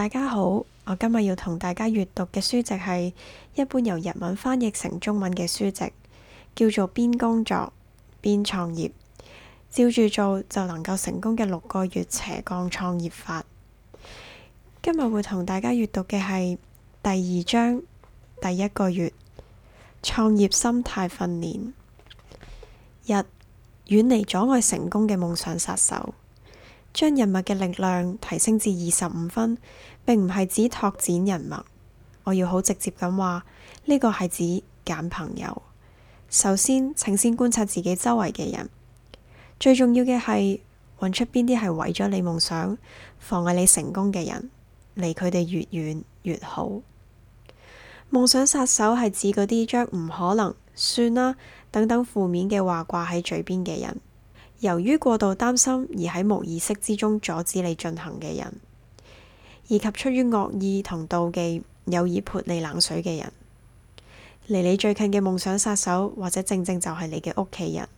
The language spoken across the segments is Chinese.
大家好，我今日要同大家閱讀嘅書籍係一本由日文翻譯成中文嘅書籍，叫做邊工作邊創業，照住做就能夠成功嘅6個月斜槓創業法。今日會同大家閱讀嘅係第2章第1個月創業心態訓練。1. 遠離阻礙成功嘅夢想殺手。將人脈嘅力量提升至25分，並唔係指拓展人脈。我要好直接咁話，呢個係指揀朋友。首先，請先觀察自己周圍嘅人。最重要嘅係揾出邊啲係為咗你夢想妨礙你成功嘅人，離佢哋越遠越好。夢想殺手係指嗰啲將唔可能、算啦等等負面嘅話掛喺嘴邊嘅人。由於過度擔心而喺無意識之中阻止你進行嘅人，以及出於惡意同妒忌有意潑你冷水嘅人。離你最近嘅夢想殺手，或者正正就係你嘅屋企人。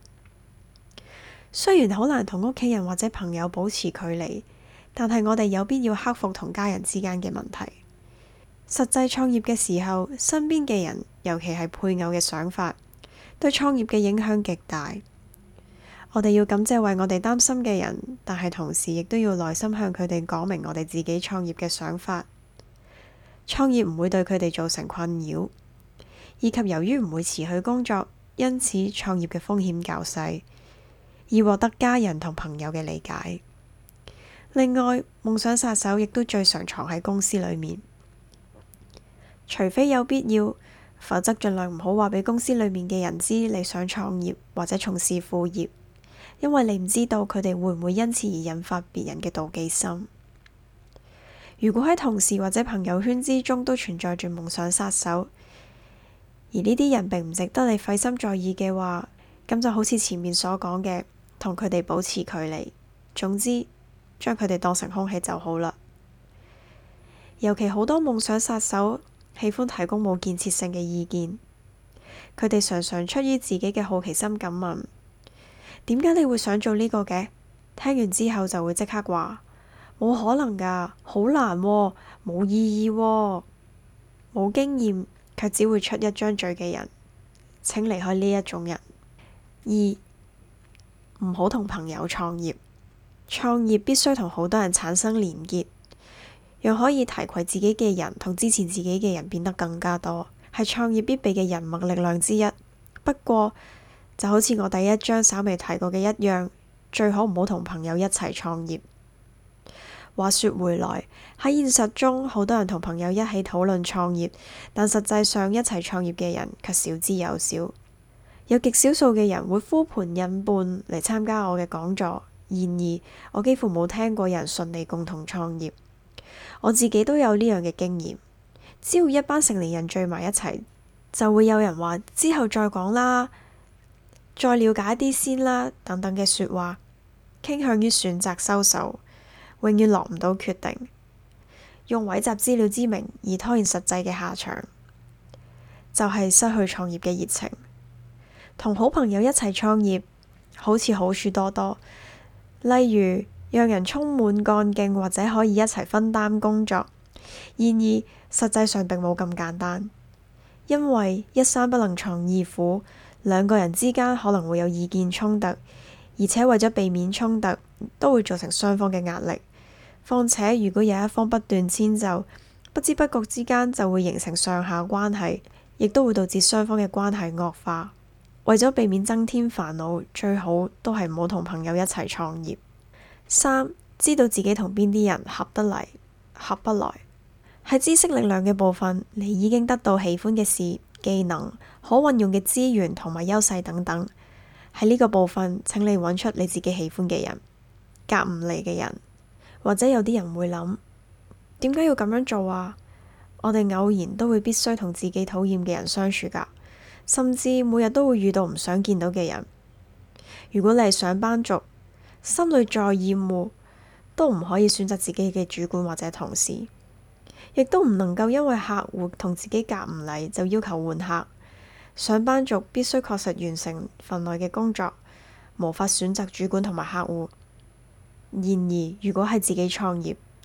雖然好難同屋企人或者朋友保持距離，但係我哋有必要克服同家人之間嘅問題。實際創業嘅時候，身邊嘅人，尤其係配偶嘅想法，對創業嘅影響極大。我哋要感謝為我哋擔心嘅人，但係同時亦都要耐心向佢哋講明我哋自己創業嘅想法。創業唔會對佢哋造成困擾，以及由於唔會辭去工作，因此創業嘅風險較細，以獲得家人同朋友嘅理解。另外，夢想殺手亦都最常藏喺公司裏面，除非有必要，否則盡量唔好話俾公司裏面嘅人知你想創業或者從事副業。因為你唔知道佢哋會唔會因此而引發別人嘅妒忌心。如果喺同事或者朋友圈之中都存在住夢想殺手，而呢啲人並唔值得你費心在意嘅話，咁就好似前面所講嘅，同佢哋保持距離。總之，將佢哋當成空氣就好啦。尤其好多夢想殺手喜歡提供冇建設性嘅意見，佢哋常常出於自己嘅好奇心咁問：點解你會想做呢個嘅？聽完之後就會即刻話冇可能㗎，好難喎，冇意義喎，冇經驗卻只會出一張嘴嘅人，請離開呢一種人。2. 唔好同朋友創業。創業必須同好多人產生連結，讓可以提攜自己嘅人同支持自己嘅人變得更加多，係創業必備嘅人脈力量之一。不過，就好似我第1章稍微提過嘅一樣，最好唔好同朋友一齊創業。話說回來，喺現實中，好多人同朋友一起討論創業，但實際上一齊創業嘅人卻少之又少。有極少數嘅人會呼朋引伴嚟參加我嘅講座，然而我幾乎冇聽過有人順利共同創業。我自己都有呢樣嘅經驗，只要一班成年人聚埋一齊，就會有人話之後再講啦，再了解啲先啦，等等嘅說話，傾向於選擇收手，永遠落唔到決定，用偽造資料之名而拖延實際嘅下場，就係失去創業嘅熱情。同好朋友一齊創業，好似好處多多，例如讓人充滿幹勁，或者可以一齊分擔工作。然而實際上並冇咁簡單，因為一山不能藏二虎。2個人之間可能會有意見衝突，而且為咗避免衝突，都會造成雙方嘅壓力。況且如果有一方不斷遷就，不知不覺之間就會形成上下關係，亦都會導致雙方嘅關係惡化。為咗避免增添煩惱，最好都係唔好同朋友一齊創業。3. 知道自己同邊啲人合得嚟，合不來。喺知識力量嘅部分，你已經得到喜歡嘅事、技能、可運用嘅資源同埋優勢等等。喺呢個部分，請你揾出你自己喜歡嘅人，夾唔嚟嘅人。或者有啲人會諗，點解要咁樣做啊？我哋偶然都會必須同自己討厭嘅人相處㗎，甚至每日都會遇到唔想見到嘅人。如果你係上班族，心裏再厭惡，都唔可以選擇自己嘅主管或者同事，亦都唔能夠因為客戶同自己夾唔嚟就要求換客。上班族必須確實完成份內嘅工作，無法選擇主管同埋客戶。然而，如果係自己創業，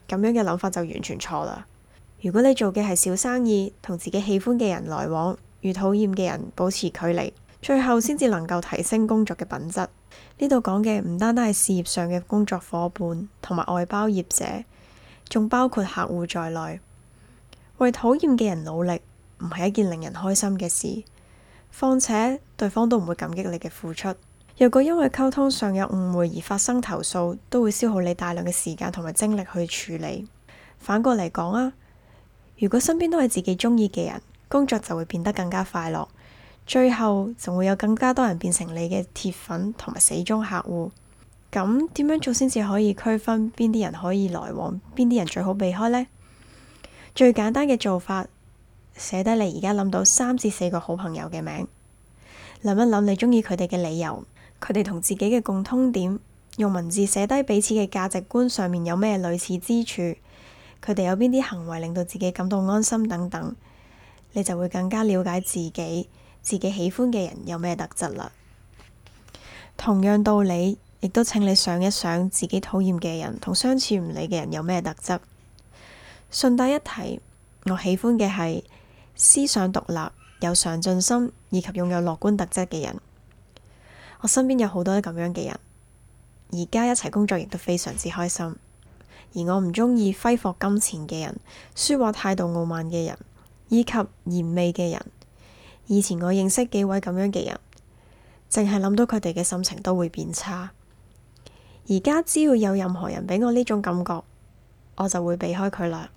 咁樣嘅諗法就完全錯啦。如果你做嘅係小生意，同自己喜歡嘅人來往，與討厭嘅人保持距離，最後先至能夠提升工作嘅品質。呢度講嘅唔單單係事業上嘅工作夥伴同埋外包業者，仲包括客戶在內。為討厭嘅人努力唔係一件令人開心嘅事，況且對方都唔會感激你嘅付出。若果因為溝通上有誤會而發生投訴，都會消耗你大量嘅時間同埋精力去處理。反過嚟講啊，如果身邊都係自己中意嘅人，工作就會變得更加快樂，最後仲會有更加多人變成你嘅鐵粉同埋死忠客戶。咁點樣做先至可以區分邊啲人可以來往，邊啲人最好避開呢？最簡單嘅做法，寫低你而家諗到3至4個好朋友嘅名，諗一諗你中意佢哋嘅理由，佢哋同自己嘅共通點，用文字寫低彼此嘅價值觀上面有咩類似之處，佢哋有邊啲行為令到自己感到安心等等，你就會更加了解自己喜歡嘅人有咩特質啦。同樣道理，亦都請你想一想自己討厭嘅人同相處唔嚟嘅人有咩特質。順帶一提，我喜歡嘅係思想獨立、有上進心以及擁有樂觀特質嘅人。我身邊有好多咁樣嘅人，而家一齊工作亦都非常之開心。而我唔中意揮霍金錢嘅人、說話態度傲慢嘅人，以及嫌味嘅人。以前我認識幾位咁樣嘅人，淨係諗到佢哋嘅心情都會變差。而家只要有任何人俾我呢種感覺，我就會避開佢啦。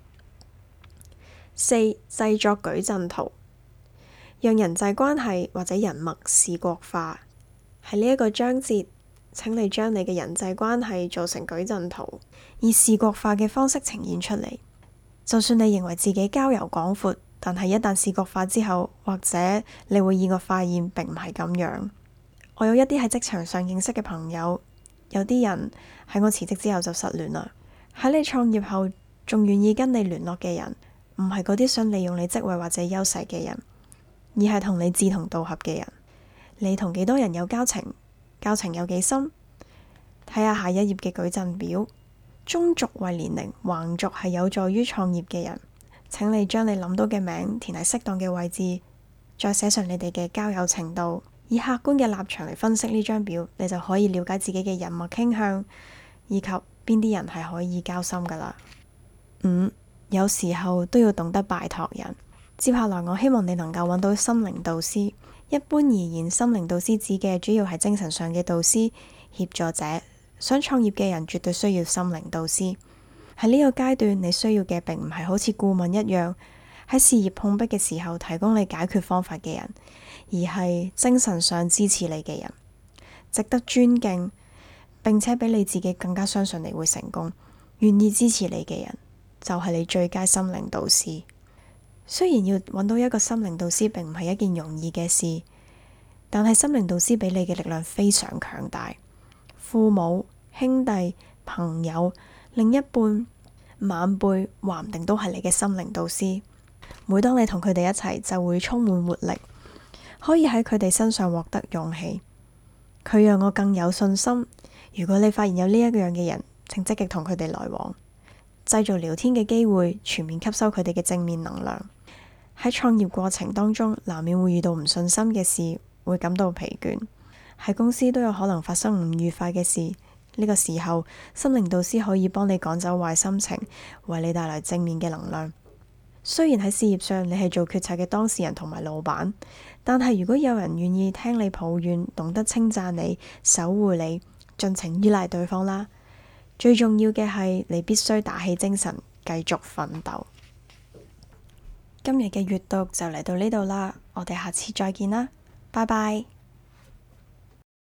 4. 製作矩陣圖，讓人際關係或者人脈視覺化。喺呢一個章節，請你將你嘅人際關係做成矩陣圖，以視覺化嘅方式呈現出嚟。就算你認為自己交友廣闊，但係一旦視覺化之後，或者你會意外發現並唔係咁樣。我有一啲喺職場上認識嘅朋友，有啲人喺我辭職之後就失聯啦。喺你創業後仲願意跟你聯絡嘅人，唔係嗰啲想利用你職位或者優勢嘅人，而係同你志同道合嘅人。你同幾多人有交情？交情有幾深？睇下下一頁嘅矩陣表。中軸為年齡，橫軸係有助於創業嘅人。請你將你諗到嘅名填喺適當嘅位置，再寫上你哋嘅交友程度，以客觀嘅立場嚟分析呢張表，你就可以了解自己嘅人脈傾向，以及邊啲人係可以交心噶啦。5. 有時候都要懂得拜託人。接下來我希望你能夠揾到心靈導師。一般而言，心靈導師指嘅主要係精神上嘅導師、協助者。想創業嘅人絕對需要心靈導師。喺呢個階段，你需要嘅並唔係好似顧問一樣喺事業碰壁嘅時候提供你解決方法嘅人，而係精神上支持你嘅人，值得尊敬，並且比你自己更加相信你會成功，願意支持你嘅人，就係你最佳心靈導師。雖然要揾到一個心靈導師並唔係一件容易嘅事，但係心靈導師俾你嘅力量非常強大。父母、兄弟、朋友、另一半、晚輩，話唔定都係你嘅心靈導師。每當你同佢哋一齊，就會充滿活力，可以喺佢哋身上獲得勇氣。佢讓我更有信心。如果你發現有呢一樣嘅人，請積極同佢哋來往，製造聊天嘅機會，全面吸收佢哋嘅正面能量。喺創業過程當中，難免會遇到唔順心嘅事，會感到疲倦。喺公司都有可能發生唔愉快嘅事。呢個時候，心靈導師可以幫你趕走壞心情，為你帶來正面嘅能量。雖然喺事業上你係做決策嘅當事人同埋老闆，但係如果有人願意聽你抱怨，懂得稱讚你、守護你，盡情依賴對方啦。最重要嘅係你必須打起精神，繼續奮鬥。今日嘅閱讀就嚟到呢度啦，我哋下次再見啦，拜拜。